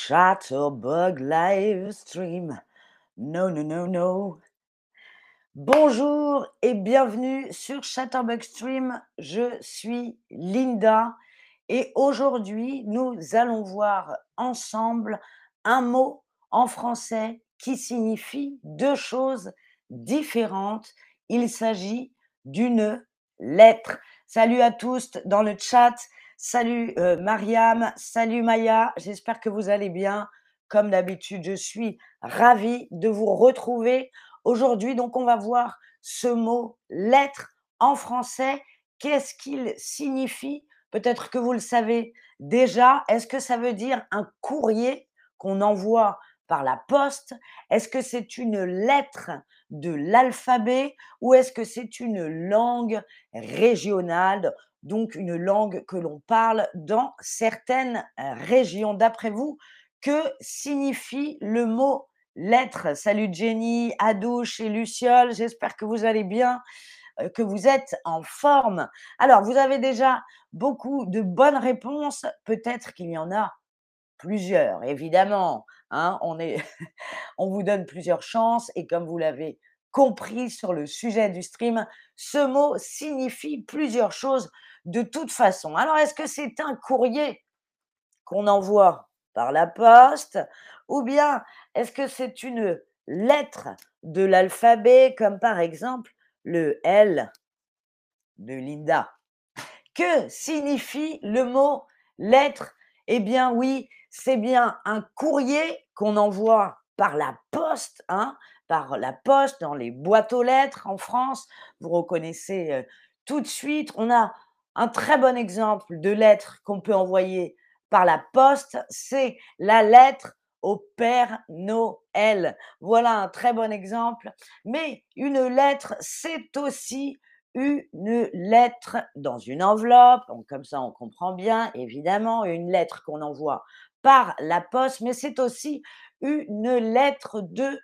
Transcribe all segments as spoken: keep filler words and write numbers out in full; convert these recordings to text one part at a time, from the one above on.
Chatterbug live stream. No, no, no, no. Bonjour et bienvenue sur Chatterbug Stream. Je suis Linda et aujourd'hui, nous allons voir ensemble un mot en français qui signifie deux choses différentes. Il s'agit d'une lettre. Salut à tous dans le chat. Salut euh, Mariam, salut Maya, j'espère que vous allez bien. Comme d'habitude, je suis ravie de vous retrouver aujourd'hui. Donc, on va voir ce mot lettre en français. Qu'est-ce qu'il signifie? Peut-être que vous le savez déjà. Est-ce que ça veut dire un courrier qu'on envoie par la poste? Est-ce que c'est une lettre de l'alphabet ou est-ce que c'est une langue régionale, donc une langue que l'on parle dans certaines euh, régions? D'après vous, que signifie le mot lettre? Salut Jenny, Adouche et Luciole, j'espère que vous allez bien, euh, que vous êtes en forme. Alors, vous avez déjà beaucoup de bonnes réponses, peut-être qu'il y en a plusieurs, évidemment, hein, on est on vous donne plusieurs chances et comme vous l'avez compris sur le sujet du stream, ce mot signifie plusieurs choses de toute façon. Alors, est-ce que c'est un courrier qu'on envoie par la poste ou bien est-ce que c'est une lettre de l'alphabet comme par exemple le L de Linda? Que signifie le mot lettre? Eh bien oui, c'est bien un courrier qu'on envoie par la poste, hein, par la poste dans les boîtes aux lettres en France. Vous reconnaissez euh, tout de suite. On a un très bon exemple de lettre qu'on peut envoyer par la poste, c'est la lettre au Père Noël. Voilà un très bon exemple. Mais une lettre, c'est aussi une lettre dans une enveloppe, donc comme ça on comprend bien, évidemment, une lettre qu'on envoie par la poste, mais c'est aussi une lettre de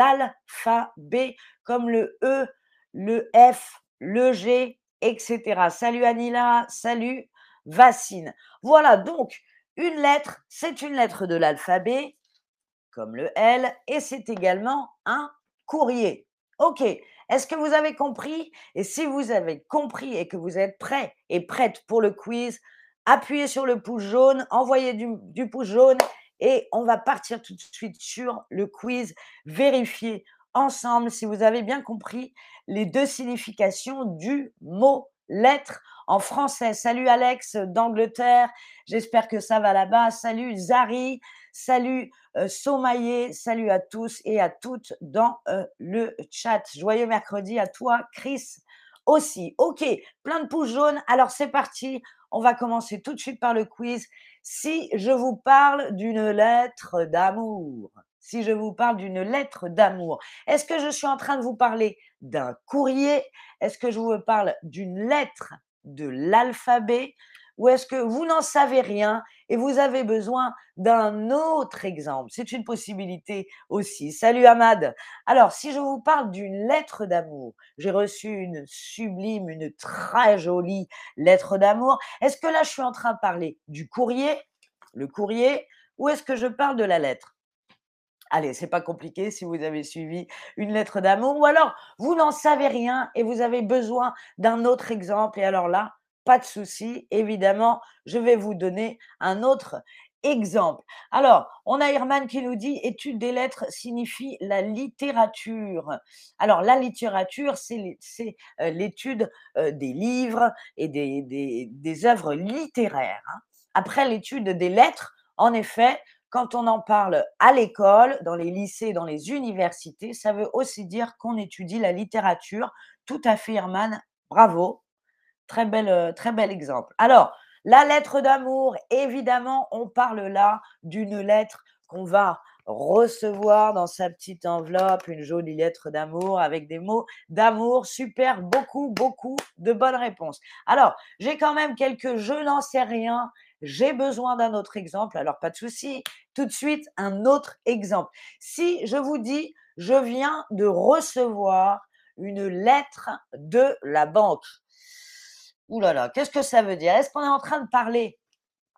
l'alphabet, comme le E, le F, le G, et cetera. Salut Anila, salut Vaccine. Voilà, donc une lettre, c'est une lettre de l'alphabet, comme le L, et c'est également un courrier. Ok, est-ce que vous avez compris? Et si vous avez compris et que vous êtes prêts et prêtes pour le quiz, appuyez sur le pouce jaune, envoyez du, du pouce jaune et on va partir tout de suite sur le quiz. Vérifiez ensemble si vous avez bien compris les deux significations du mot lettre en français. Salut Alex d'Angleterre, j'espère que ça va là-bas. Salut Zari, salut euh, Somaillé, salut à tous et à toutes dans euh, le chat. Joyeux mercredi à toi, Chris aussi. Ok, plein de pouces jaunes. Alors c'est parti. On va commencer tout de suite par le quiz. Si je vous parle d'une lettre d'amour, si je vous parle d'une lettre d'amour, est-ce que je suis en train de vous parler d'un courrier? Est-ce que je vous parle d'une lettre de l'alphabet? Ou est-ce que vous n'en savez rien et vous avez besoin d'un autre exemple? C'est une possibilité aussi. Salut Ahmad. Alors, si je vous parle d'une lettre d'amour, j'ai reçu une sublime, une très jolie lettre d'amour. Est-ce que là, je suis en train de parler du courrier, le courrier, ou est-ce que je parle de la lettre? Allez, c'est pas compliqué si vous avez suivi une lettre d'amour ou alors vous n'en savez rien et vous avez besoin d'un autre exemple et alors là, pas de souci, évidemment, je vais vous donner un autre exemple. Alors, on a Herman qui nous dit étude des lettres signifie la littérature. Alors, la littérature, c'est c'est, euh, l'étude euh, des livres et des, des, des œuvres littéraires, hein. Après l'étude des lettres, en effet, quand on en parle à l'école, dans les lycées, dans les universités, ça veut aussi dire qu'on étudie la littérature. Tout à fait, Herman. Bravo. Très bel, euh, très bel exemple. Alors, la lettre d'amour, évidemment, on parle là d'une lettre qu'on va recevoir dans sa petite enveloppe, une jolie lettre d'amour avec des mots d'amour. Super, beaucoup, beaucoup de bonnes réponses. Alors, j'ai quand même quelques je n'en sais rien. J'ai besoin d'un autre exemple. Alors, pas de souci. Tout de suite, un autre exemple. Si je vous dis, je viens de recevoir une lettre de la banque. Ouh là là, qu'est-ce que ça veut dire? Est-ce qu'on est en train de parler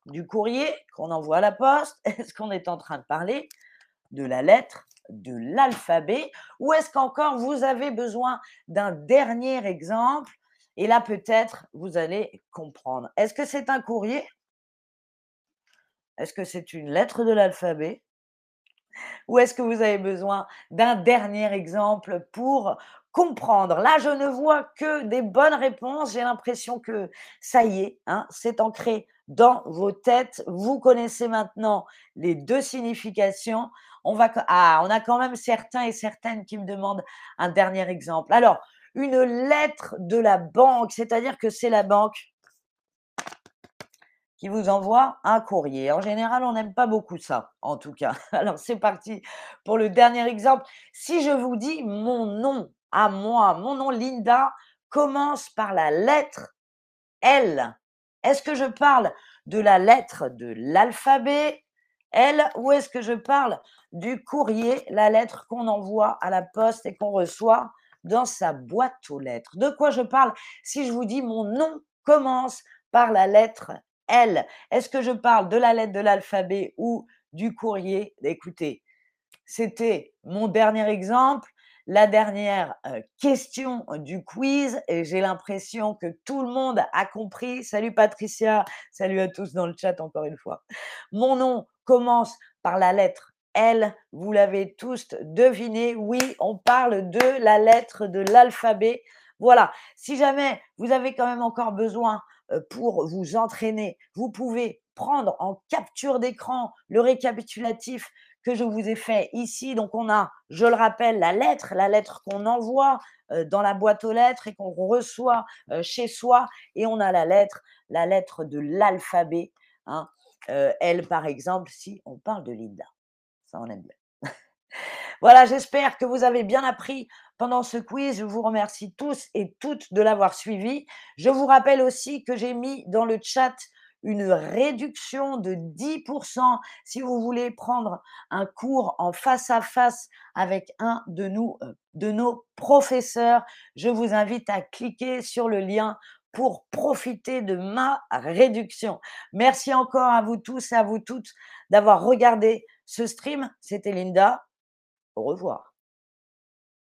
du courrier qu'on envoie à la poste? Est-ce qu'on est en train de parler de la lettre de l'alphabet? Ou est-ce qu'encore vous avez besoin d'un dernier exemple? Et là, peut-être, vous allez comprendre. Est-ce que c'est un courrier? Est-ce que c'est une lettre de l'alphabet? Ou est-ce que vous avez besoin d'un dernier exemple pour comprendre? Là, je ne vois que des bonnes réponses. J'ai l'impression que ça y est, hein, c'est ancré dans vos têtes. Vous connaissez maintenant les deux significations. On va co ah, on a quand même certains et certaines qui me demandent un dernier exemple. Alors, une lettre de la banque, c'est-à-dire que c'est la banque qui vous envoie un courrier. En général, on n'aime pas beaucoup ça, en tout cas. Alors, c'est parti pour le dernier exemple. Si je vous dis mon nom à moi, mon nom Linda commence par la lettre L, est-ce que je parle de la lettre de l'alphabet L ou est-ce que je parle du courrier, la lettre qu'on envoie à la poste et qu'on reçoit dans sa boîte aux lettres? De quoi je parle si je vous dis mon nom commence par la lettre L? Est-ce que je parle de la lettre de l'alphabet ou du courrier? Écoutez, c'était mon dernier exemple, la dernière, heu, question du quiz et j'ai l'impression que tout le monde a compris. Salut Patricia, salut à tous dans le chat encore une fois. Mon nom commence par la lettre L, vous l'avez tous deviné, oui, on parle de la lettre de l'alphabet. Voilà, si jamais vous avez quand même encore besoin, heu, pour vous entraîner, vous pouvez prendre en capture d'écran le récapitulatif que je vous ai fait ici. Donc, on a, je le rappelle, la lettre, la lettre qu'on envoie euh, dans la boîte aux lettres et qu'on reçoit euh, chez soi. Et on a la lettre, la lettre de l'alphabet. Hein. Euh, elle, par exemple, si on parle de Linda. Ça, on aime bien. Voilà, j'espère que vous avez bien appris pendant ce quiz. Je vous remercie tous et toutes de l'avoir suivi. Je vous rappelle aussi que j'ai mis dans le chat une réduction de dix pour cent si vous voulez prendre un cours en face à face avec un de nous, euh, de nos professeurs. Je vous invite à cliquer sur le lien pour profiter de ma réduction. Merci encore à vous tous et à vous toutes d'avoir regardé ce stream. C'était Linda. Au revoir.